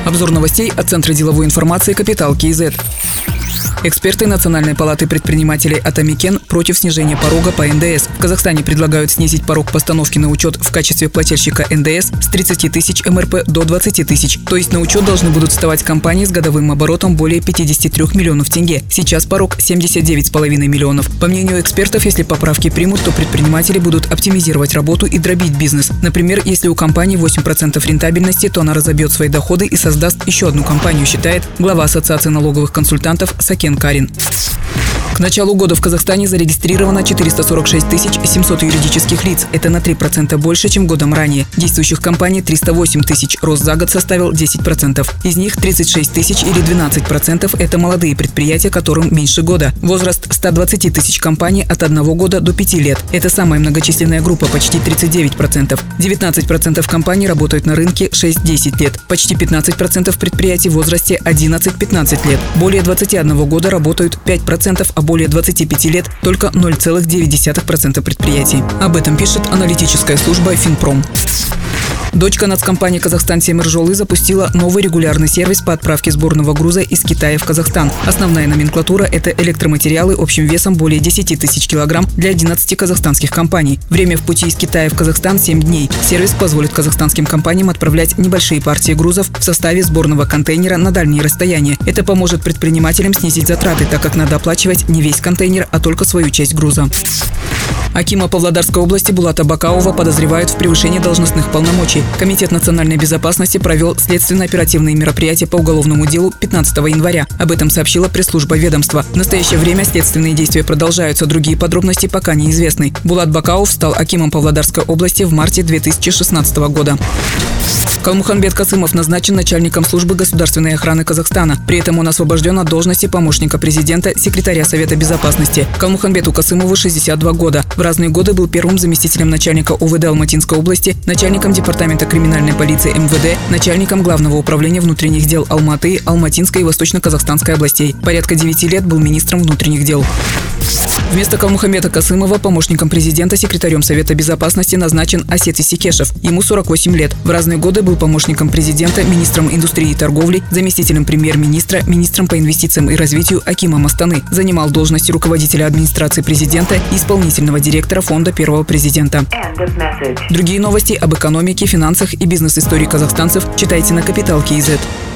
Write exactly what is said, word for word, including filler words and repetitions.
Обзор новостей от Центра деловой информации «Капитал КИЗ». Эксперты Национальной палаты предпринимателей «Атамикен» против снижения порога по эн дэ эс. В Казахстане предлагают снизить порог постановки на учет в качестве плательщика эн дэ эс с тридцати тысяч эм эр пэ до двадцати тысяч. То есть на учет должны будут вставать компании с годовым оборотом более пятидесяти трёх миллионов тенге. Сейчас порог семьдесят девять с половиной миллионов. По мнению экспертов, если поправки примут, то предприниматели будут оптимизировать работу и дробить бизнес. Например, если у компании восемь процентов рентабельности, то она разобьет свои доходы и создаст еще одну компанию, считает глава Ассоциации налоговых консультантов Сакен Карин. К началу года в Казахстане зарегистрировано четыреста сорок шесть тысяч семьсот юридических лиц. Это на три процента больше, чем годом ранее. Действующих компаний триста восемь тысяч. Рост за год составил десять процентов. Из них тридцать шесть тысяч или двенадцать процентов – это молодые предприятия, которым меньше года. Возраст ста двадцати тысяч компаний от одного года до пяти лет. Это самая многочисленная группа – почти тридцать девять процентов. девятнадцать процентов компаний работают на рынке шесть-десять лет. Почти пятнадцать процентов предприятий в возрасте одиннадцать-пятнадцать лет. Более двадцати одного года работают пять процентов, а более двадцати пяти лет только ноль целых девять десятых процента предприятий. Об этом пишет аналитическая служба Финпром. Дочка нацкомпании «Казахстан-Темиржолы» запустила новый регулярный сервис по отправке сборного груза из Китая в Казахстан. Основная номенклатура – это электроматериалы общим весом более десяти тысяч килограмм для одиннадцати казахстанских компаний. Время в пути из Китая в Казахстан – семь дней. Сервис позволит казахстанским компаниям отправлять небольшие партии грузов в составе сборного контейнера на дальние расстояния. Это поможет предпринимателям снизить затраты, так как надо оплачивать не весь контейнер, а только свою часть груза. Акима Павлодарской области Булата Бакаова подозревают в превышении должностных полномочий. Комитет национальной безопасности провел следственно-оперативные мероприятия по уголовному делу пятнадцатого января. Об этом сообщила пресс-служба ведомства. В настоящее время следственные действия продолжаются, другие подробности пока неизвестны. Булат Бакаов стал акимом Павлодарской области в марте две тысячи шестнадцатого года. Калмуханбет Касымов назначен начальником службы государственной охраны Казахстана. При этом он освобожден от должности помощника президента, секретаря Совета безопасности. Калмуханбету Касымову шестьдесят два года. В разные годы был первым заместителем начальника о вэ дэ Алматинской области, начальником департамента криминальной полиции эм вэ дэ, начальником Главного управления внутренних дел Алматы, Алматинской и Восточно-Казахстанской областей. Порядка девяти лет был министром внутренних дел. Вместо Калмуханбета Касымова помощником президента, секретарем Совета безопасности назначен Асет Исекешев. Ему сорок восемь лет. В разные годы был помощником президента, министром индустрии и торговли, заместителем премьер-министра, министром по инвестициям и развитию акимом Астаны. Занимал должности руководителя администрации президента и исполнительного директора фонда первого президента. Другие новости об экономике, финансах и бизнес-истории казахстанцев читайте на Капитал КИЗ.